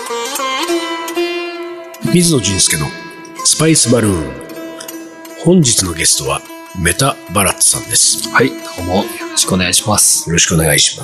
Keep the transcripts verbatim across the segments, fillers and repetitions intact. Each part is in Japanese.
水野俊介のスパイスバルーン。本日のゲストはメタバラッツさんです。 はい、どうもよろしくお願いします。 よろしくお願いします。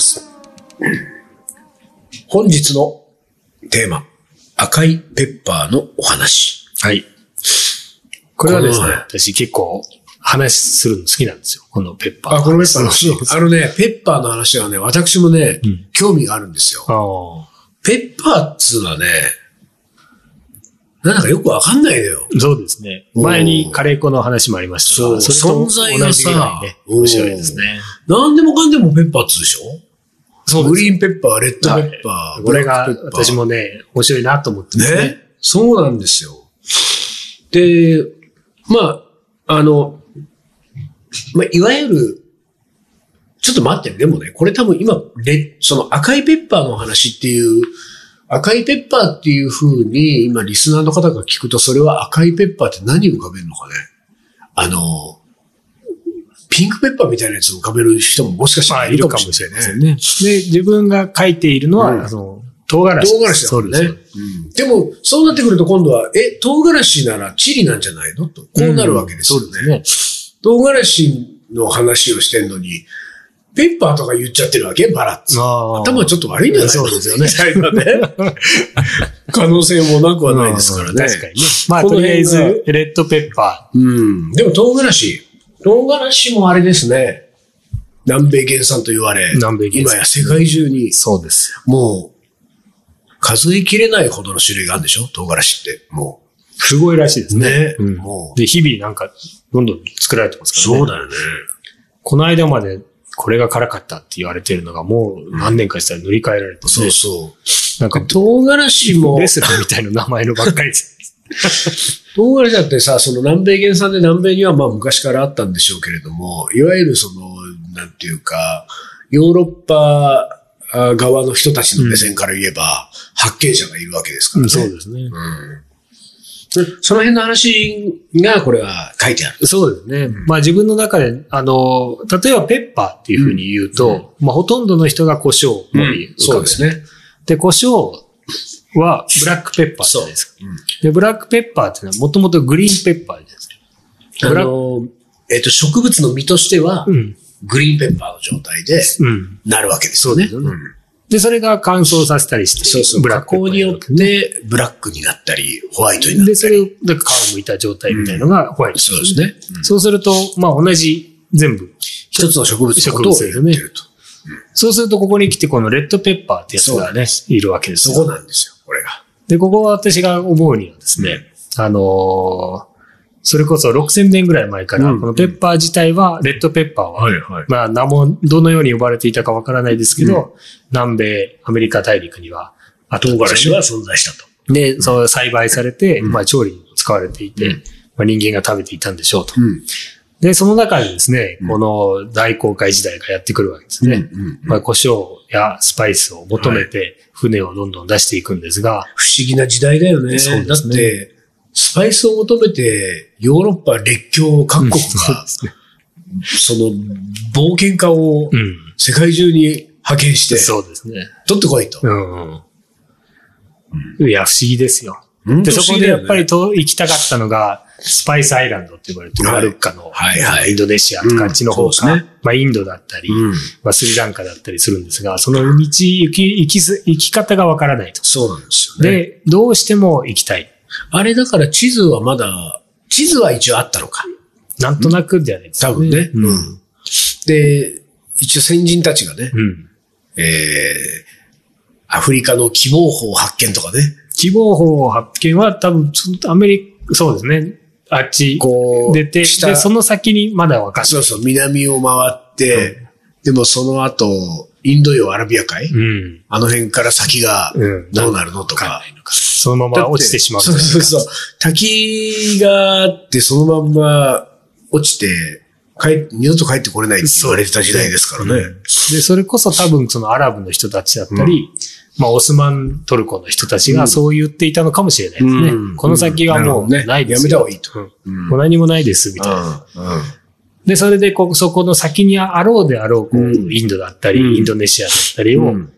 本日のテーマ、赤いペッパーのお話。 はい。これはですね、私結構話するの好きなんですよ。このペッパー。 あ、このペッパーの話。あのね、ペッパーの話はね、私もね、うん、興味があるんですよ。あペッパーっつうのはね、なんかよくわかんないのよ。 そうですね。前にカレー粉の話もありましたが、 そう、存在がさ、 ね、面白いですね。 なんでもかんでもペッパーっつうでしょ？そうです。グリーンペッパー、レッドペッパー。はい、 これが私もね、面白いなと思ってますね。ね。 そうなんですよ。で、まあ、あの、まあ、いわゆる、ちょっと待って、でもね、これ多分今、レその赤いペッパーの話っていう、赤いペッパーっていう風に今リスナーの方が聞くと、それは赤いペッパーって何を浮かべるのかね。あの、ピンクペッパーみたいなやつを浮かべる人ももしかしたらいるかもしれないですね。 で、自分が書いているのは、うん、あの、唐辛子。 唐辛子だもんね。うん。でも、そうなってくると今度は、え、唐辛子ならチリなんじゃないのと、こうなるわけですよね。うん、そうですね。唐辛子の話をしてんのに、ペッパーとか言っちゃってるわけバラッツ。頭ちょっと悪いんじゃないそうですよね。 みたいなね。可能性もなくはないですからね。 確かにね。まあ、とりあえず、レッドペッパー。うん。でも唐辛子。唐辛子もあれですね。南米原産と言われ。南米原産。今や世界中に。 そうです。 もう、数えきれないほどの種類があるんでしょ唐辛子って。もう。すごいらしいですね。 ね。うん、もう。で、日々なんか、どんどん作られてますからね。 そうだよね。 この間まで、これが辛かったって言われてるのがもう何年かしたら塗り替えられて、ね、 そうそう。 なんか唐辛子も。 レスラーみたいな名前のばっかりです。 唐辛子だってさ、その南米原産で南米にはまあ昔からあったんでしょうけれども、いわゆるその、なんていうか、ヨーロッパ側の人たちの目線から言えば、うん、発見者がいるわけですからね。うん、 そうですね。うんその辺の話がこれは書いてある。 そうですね。うん、まあ自分の中で、あの、例えばペッパーっていうふうに言うと、うん、まあほとんどの人が胡椒を思い浮かべる、うん。そうですね。で、胡椒はブラックペッパーじゃないですか。うん、で、ブラックペッパーっていうのはもともとグリーンペッパーです。 あの、えっと、植物の実としては、うん、グリーンペッパーの状態で、なるわけですよね。 そうですよね。うんで、それが乾燥させたりして、 そうそう、ブラック加工によってブラックになったり、ホワイトになったり。で、 それを皮を剥いた状態みたいのがホワイト、 うん。そうですね。 うん、そうすると、まあ同じ全部一つの植物のことをやってると、ねうん。 そうするとここに来てこのレッドペッパーってやつがね、いるわけですよ。 そこなんですよ、これが。 で、ここは私が思うにはですね、うん、あのー、それこそろくせんねんぐらい前から、このペッパー自体は、レッドペッパーは、まあ名もどのように呼ばれていたかわからないですけど、南米、アメリカ大陸には、 唐辛子は存在したと。 で、そう栽培されて、まあ調理に使われていて、まあ人間が食べていたんでしょうと。で、その中でですね、この大航海時代がやってくるわけですね。まあ胡椒やスパイスを求めて、船をどんどん出していくんですが。 不思議な時代だよね。そうですね。だって、スパイスを求めて、ヨーロッパ列強各国が、うんそね、その冒険家を世界中に派遣して、 そうですね。 取ってこいと。 うんうん、いや、不思議ですよ。で、そこでやっぱりと行きたかったのが、スパイスアイランドって呼ばれてるマルッカの、はいはいはい、インドネシアとかあっちの方が、うんね、まあインドだったり、うんまあ、スリランカだったりするんですが、その道行き、行き、行き方がわからないと。 そうなんですよね。 で、どうしても行きたい。 あれだから地図はまだ、地図は一応あったのか。 なんとなくじゃないですか、ね。 多分ね、うん。で、一応先人たちがね、うん、えー、アフリカの希望峰発見とかね。 希望峰発見は多分、アメリカ、そうですね。あっち出て、で、その先にまだ分かる。 そうそう、南を回って、うん、でもその後、インド洋アラビア海、うん、あの辺から先がどうなるのとか。 うん、そのまま落ちてしまう。 そうそうそう。滝があって、そのまんま落ちて、帰二度と帰ってこれないって言われてた時代ですからね。うん、 で、それこそ多分そのアラブの人たちだったり、うんまあ、オスマントルコの人たちがそう言っていたのかもしれないですね。うん、この先はもうないですよ。 やめた方がいいと。 うん、もう何もないです、みたいな。うんうん、で、それでこ、そこの先にあろうであろう、こう、インドだったり、インドネシアだったりを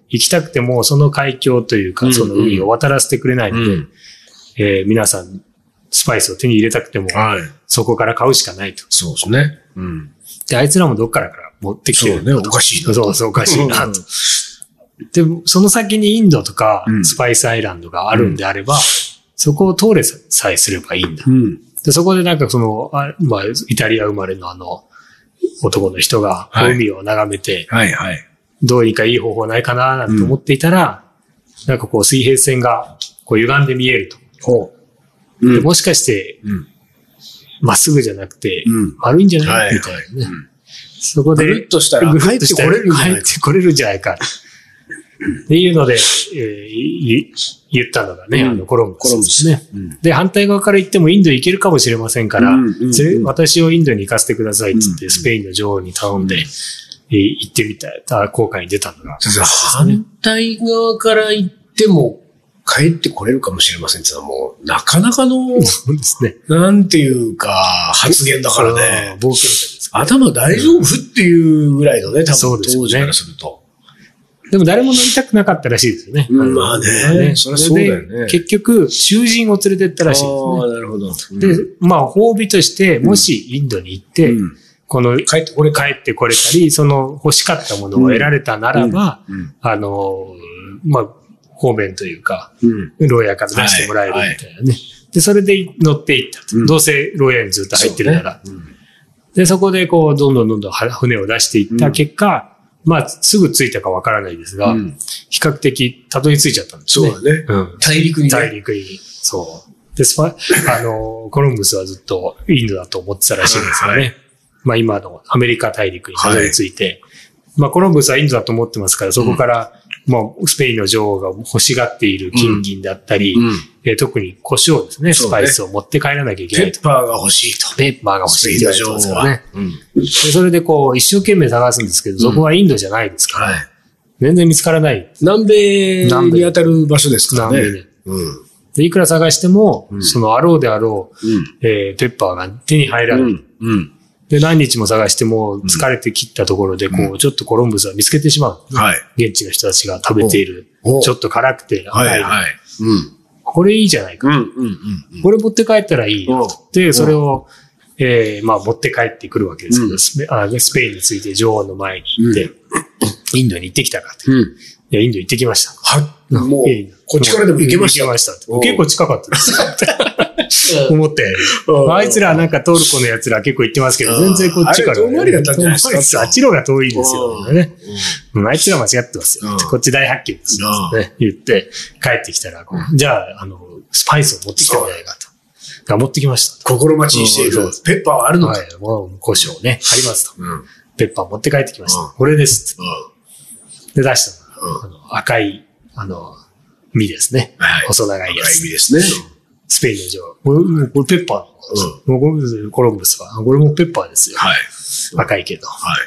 行きたくてもその海峡というか、その海を渡らせてくれないので、うん、えー、皆さん、スパイスを手に入れたくても、はい、そこから買うしかないと。 そうですね。うん。 で、あいつらもどっからから持ってきてる。 そうね、おかしいな。 そうそう、おかしいなと。で、その先にインドとかスパイスアイランドがあるんであれば、うん、そこを通れさえすればいいんだ。うん、で、そこでなんかその、あまあ、イタリア生まれのあの、男の人が海を眺めて、はい、はいはい、どうにかいい方法ないかななんて思っていたら、うん、なんかこう水平線がこう歪んで見えると。ほううん、でもしかして、ま、うん、っすぐじゃなくて、うん、丸いんじゃない、はい、みたいなね。はいはいうん、そこで、 ぐるっとしたら帰ってこれるんじゃない帰ってこれるんじゃないか。っていうので、えー、言ったのがね、うん、あのコロンブスですね、うん。で、反対側から行ってもインド行けるかもしれませんから、うんうんうん、それ私をインドに行かせてくださいって言って、うん、スペインの女王に頼んで、うん、行ってみた、航海に出たのが、ね。 反対側から行っても、帰ってこれるかもしれませんってのはもう、なかなかの、 そうですね。 なんていうか、発言だからね。 冒険者です、 ね。頭大丈夫っていうぐらいのね、多分当時からすると。 でも誰も乗りたくなかったらしいですよね。 うん、まあね。そりゃそうだよね。 結局、囚人を連れてったらしいですね。 ああ、なるほど。 うん、で、まあ、褒美として、もしインドに行って、うん、この、帰ってこれ、帰ってこれたり、その欲しかったものを得られたならば、うんうん、あの、まあ、方面というか、うん、牢屋から出してもらえるみたいなね。はいはい、で、それで乗っていったと、うん。どうせ牢屋にずっと入ってるなら。そ、ねうん、で、そこでこう、どんどんどんどん船を出していった結果、うん、まあ、すぐ着いたかわからないですが、うん、比較的たどり着いちゃったんですね。 そうだね。うん、大陸に、ね。 大陸に。そう。で、スパ、あの、コロンブスはずっとインドだと思ってたらしいんですがね。はい、まあ、今のアメリカ大陸にたどり着いて、はい、まあ、コロンブスはインドだと思ってますから、そこから、うんもうスペインの女王が欲しがっている金銀だったり、うんうんえー、特に胡椒ですね、スパイスを持って帰らなきゃいけないと。ペッパーが欲しいと。 ペッパーが欲しいと。スペインの女王はね、うん。で。それでこう、一生懸命探すんですけど、そこはインドじゃないですから、うんはい、全然見つからない。 南米に当たる場所ですからね。南米で。うん、 でいくら探しても、うん、そのあろうであろう、うんえー、ペッパーが手に入らない。うんうんで、何日も探しても疲れて切ったところで、こう、うん、ちょっとコロンブスは見つけてしまう。はい。現地の人たちが食べている。ちょっと辛くて甘い。はいはい。うん。これいいじゃないか。うんうんうん。これ持って帰ったらいいよ。で、それを、えー、まあ持って帰ってくるわけですけど、うん、スペあスペインについて女王の前に行って、うん、インドに行ってきたかって。うん。いや、インド行ってきました。 はい。もう、こっちからでも行けました。 行けました。結構近かったです。思って。あいつらなんかトルコの奴ら結構行ってますけど、全然こっちから、ね。 あれ遠回りだったんじゃないですか。 あっちの方が遠いですよね。うん、あいつら間違ってますよ。こっち大発見ですよ。ね。言って、帰ってきたら、じゃあ、あの、スパイスを持ってきたんじゃないかと。が持ってきました。 心待ちにしている。ペッパーはあるのか。はい、 もう、胡椒ね、ありますと。ペッパー持って帰ってきました。これです。で、出したの。あの赤い、あの、実ですね。細長いやつ。 赤い実ですね。 スペインの女王。これ、これペッパー、うん、コロンブスは。これもペッパーですよ。はい。赤いけど。はい。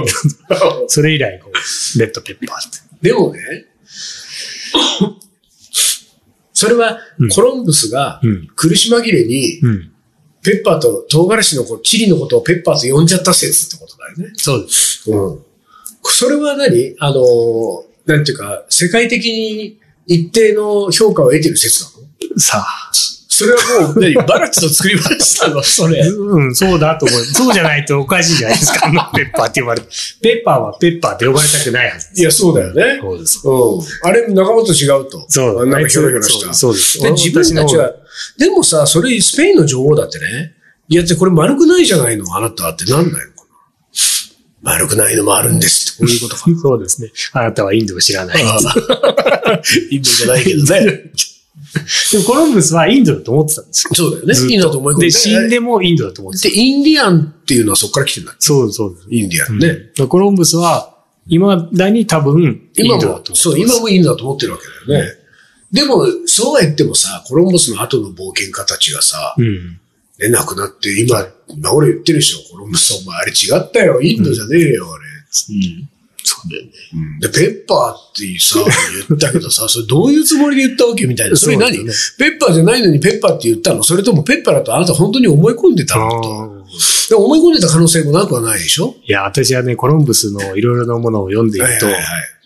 それ以来、こう、レッドペッパーって。 でもね、それは、コロンブスが苦し紛れに、ペッパーと唐辛子のチリのことをペッパーと呼んじゃった説ってことだよね。 そうです。 うん。それは何あの、なんていうか、世界的に一定の評価を得てる説なの？ さあ。 それはもう、何バラッツの作り話なのそれ。 うん、そうだと思う。そうじゃないとおかしいじゃないですか。あのペッパーって呼ばれて。ペッパーはペッパーって呼ばれたくないはずです。 いや、そうだよね。そうです。うん。あれ、仲間と違うと。 そう。 なんかヒョロヒョロした。 そうです。 で、自分たちは、でもさ、それスペインの女王だってね。いや、これ丸くないじゃないのあなたってなんないのかな丸くないのもあるんですって、こういうことか。 そうですね。あなたはインドを知らない。インドじゃないけどね。 でもコロンブスはインドだと思ってたんですよ。 そうだよね。インドだと思い込んで。 で、死んでもインドだと思ってた。 で、インディアンっていうのはそこから来てるんだっけ？ そうそうです。 インディアンね。 うん、コロンブスは、今だに多分、インドだと思ってそう、今もインドだと思ってるわけだよね。うん、でも、そうは言ってもさ、コロンブスの後の冒険家たちがさ、うん、ね、亡くなって、今、今俺言ってるでしょ、コロンブスお前あれ違ったよ、インドじゃねえよ、あれ。うんそうだよね。 うん、で、ペッパーってさ、言ったけどさ、それどういうつもりで言ったわけみたいな。それ何、ね、ペッパーじゃないのにペッパーって言ったの？それともペッパーだとあなた本当に思い込んでたのと。で思い込んでた可能性もなくはないでしょ？ いや、私はね、コロンブスのいろいろなものを読んでいると、はいはいはい、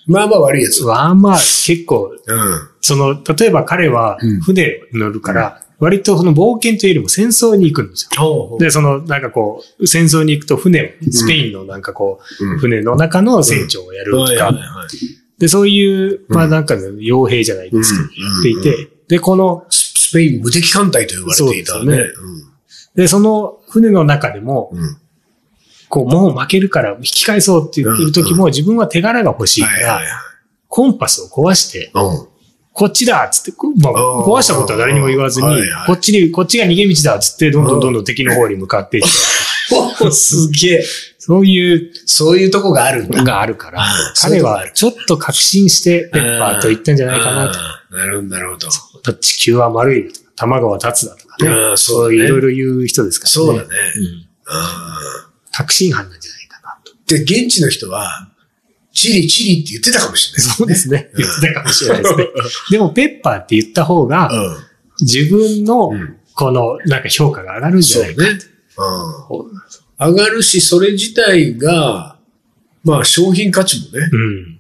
まあまあ悪いやつ。 まあまあ結構、 うん、 その、例えば彼は船に乗るから、うん、割とその冒険というよりも戦争に行くんですよ。で、その、なんかこう、戦争に行くと船を、スペインのなんかこう、うん、船の中の船長をやるとか、で、そういう、まあなんか傭兵じゃないですけど、やっていて、で、この、 スペイン無敵艦隊と呼ばれていたね。で, ねうん、 で、その船の中でも、うん、こう、もう負けるから引き返そうって言ってる時も、自分は手柄が欲しいから、コンパスを壊して、うん、こっちだっつって、まあ、壊したことは誰にも言わずに、こっちに、こっちが逃げ道だっつって、どんどんどんどん敵の方に向かっていって。 すげえ。 そういう、 そういうとこがあるんだ。 があるから、彼はちょっと確信してペッパーと言ったんじゃないかなと。 なるほど、なるほど。 地球は丸いとか、卵は立つだとかね。そういういろいろ言う人ですからね。そうだね。 確信犯なんじゃないかなと。 で、現地の人は、チリチリって言ってたかもしれない、 ね。そうですね。言ってたかもしれないですね。でも、ペッパーって言った方が、うん、自分の、この、なんか評価が上がるんじゃないかって。 うん、上がるし、それ自体が、まあ、商品価値もね、うん、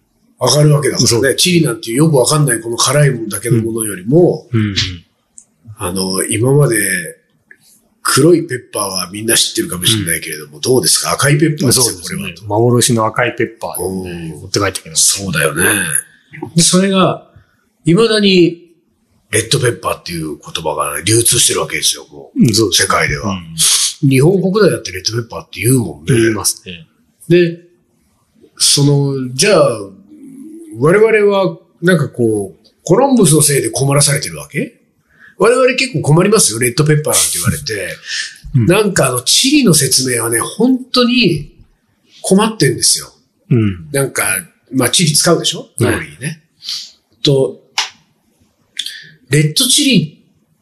上がるわけだからね。チリなんていうよくわかんないこの辛いものだけのものよりも、うんうん、あの、今まで、黒いペッパーはみんな知ってるかもしれないけれども、うん、どうですか？赤いペッパーですよ、これは。 幻の赤いペッパーで、ね、持って帰ってきます。 そうだよね。で、それが、未だに、レッドペッパーっていう言葉が流通してるわけですよ、もう。そう世界では、うん。日本国内だってレッドペッパーって言うもんね。 言いますね。 で、その、じゃあ、我々は、なんかこう、コロンブスのせいで困らされてるわけ？我々結構困りますよ、レッドペッパーなんて言われて。うん、なんかあの、チリの説明はね、本当に困ってんですよ。うん、なんか、まあ、チリ使うでしょ？料理にね。と、レッドチリって、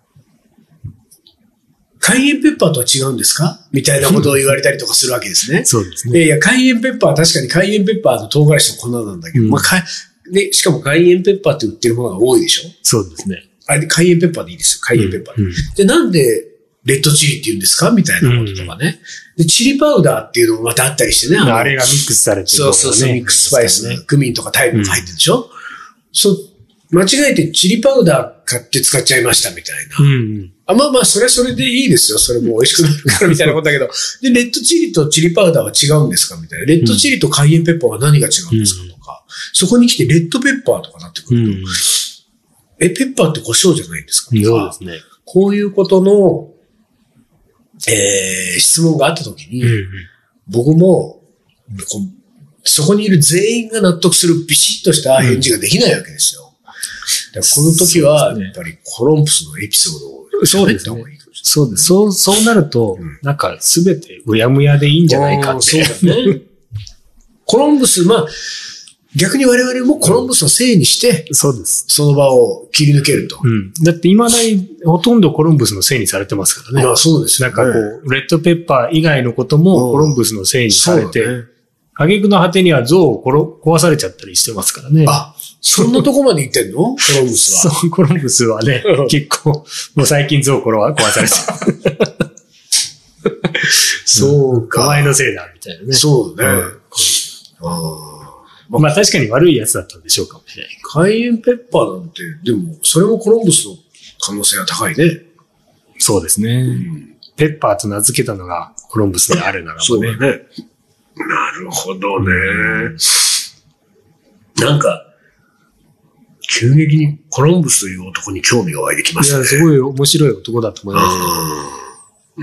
カイエンペッパーとは違うんですかみたいなことを言われたりとかするわけですね。 そうですね。 いや、カイエンペッパーは確かにカイエンペッパーと唐辛子と粉なんだけど、うん、まあ、かね、しかもカイエンペッパーって売ってるものが多いでしょ？ そうですね。 あれ、カイエンペッパーでいいですよ。カイエンペッパーで。うんうん、で、なんで、レッドチリって言うんですかみたいなこととかね、うん。で、チリパウダーっていうのもまたあったりしてね。 あ, あれがミックスされてる、ね。 そうそうそう、ミックススパイス、ね、クミンとかタイムが入ってるでしょ、うん、そう、間違えてチリパウダー買って使っちゃいましたみたいな。うんうん、あまあまあ、それはそれでいいですよ。それも美味しくなるからみたいなことだけど。で、レッドチリとチリパウダーは違うんですかみたいな。レッドチリとカイエンペッパーは何が違うんですかとか、うん。そこに来てレッドペッパーとかなってくると。うんえ、ペッパーって胡椒じゃないんですか？ そうですね。 こういうことの、えー、質問があったときに、うんうん、僕もこ、そこにいる全員が納得するビシッとした返事ができないわけですよ。うん、この時は、やっぱりコロンブスのエピソードを喋った方がいいかもしれない。 そうです。そう、そうなると、うん、なんかすべてうやむやでいいんじゃないかって。 そうだね。コロンブス、まあ、逆に我々もコロンブスのせいにして、 そうです。 その場を切り抜けると。 うん。だって未だにほとんどコロンブスのせいにされてますからね。 ああそうですね。なんかこう、レッドペッパー以外のこともコロンブスのせいにされて、挙句の果てには像を壊されちゃったりしてますからね。 あ、そんなとこまで行ってんのコロンブスは。そう、コロンブスはね、結構、もう最近像壊されちゃう。 そうか。 お前のせいだ、みたいなね。 そうね。うん、 あまあ確かに悪いやつだったんでしょうかもしれない。 カイエンペッパーなんて、でも、それもコロンブスの可能性が高いね。 そうですね。うん、ペッパーと名付けたのがコロンブスであるならばね。 そうだね。なるほどね。なんか、急激にコロンブスという男に興味が湧いてきましたね。いや、 すごい面白い男だと思いますね。うん。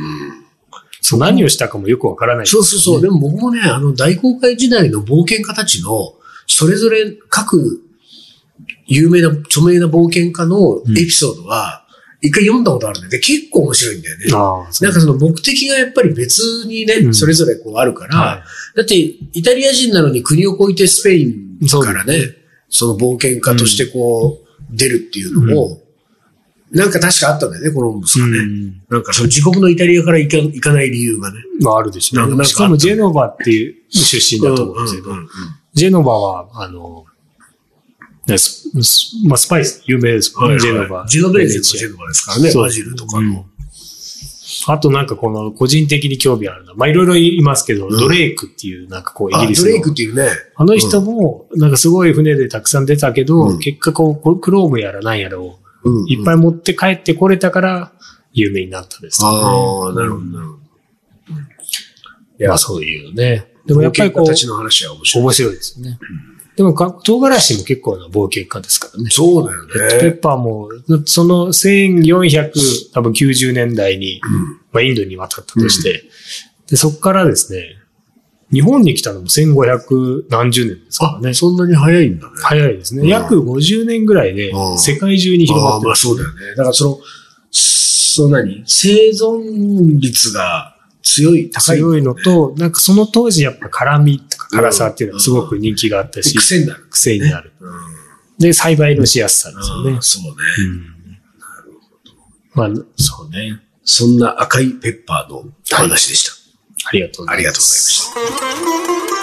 そう何をしたかもよくわからない、ね。 そうそうそう。でも僕もね、あの大航海時代の冒険家たちの、それぞれ各有名な、著名な冒険家のエピソードは、一回読んだことあるんで、結構面白いんだよね。あなんかその目的がやっぱり別にね、うん、それぞれこうあるから、はい、だってイタリア人なのに国を越えてスペインからね、その冒険家としてこう、うん、出るっていうのも、うんなんか確かあったんだよね、コロンブスがね。うん、なんかその自国のイタリアから行か、行かない理由がね。 まああるでしょうね。しかもジェノバっていう出身だと思うんですけど、うんうんうん、ジェノバは、あの、ス, まあ、スパイス有名ですもんね、はいはい、ジェノバ。 ジェノベーゼのジェノバですからね、バジルとかの。うん、 あとなんかこの個人的に興味あるのは、まあいろいろ言いますけど、うん、ドレイクっていうなんかこうイギリスの。 ドレイクっていうね。 あの人もなんかすごい船でたくさん出たけど、うん、結果こうクロームやらなんやらをいっぱい持って帰ってこれたから有名になったんです、ね。 ああ、なるほど、なるほど。 いや、まあそういうね。でもやっぱりこう、 形の話は面白い。 面白いですよね。うん、でも唐辛子も結構な冒険家ですからね。 そうだよね。 レッドペッパーも、そのせんよんひゃくきゅうじゅうねんだいに、うんまあ、インドに渡ったとして、うん、でそこからですね、日本に来たのもせんごひゃくなんじゅうねんですからね。 あ、そんなに早いんだね。 早いですね。うん、約ごじゅうねんぐらいで世界中に広まってる。 ああ、まあそうだよね。だからその、その何生存率が強い、高い、 ね。強いのと、なんかその当時やっぱ辛味とか辛さっていうのはすごく人気があったし。 癖になる。 癖になる。うん、で、栽培のしやすさですよね。 そうね。うん、なるほど。まあ、そうね。 そんな赤いペッパーの話でした。 はい、ありがとうございます。 ありがとうございました。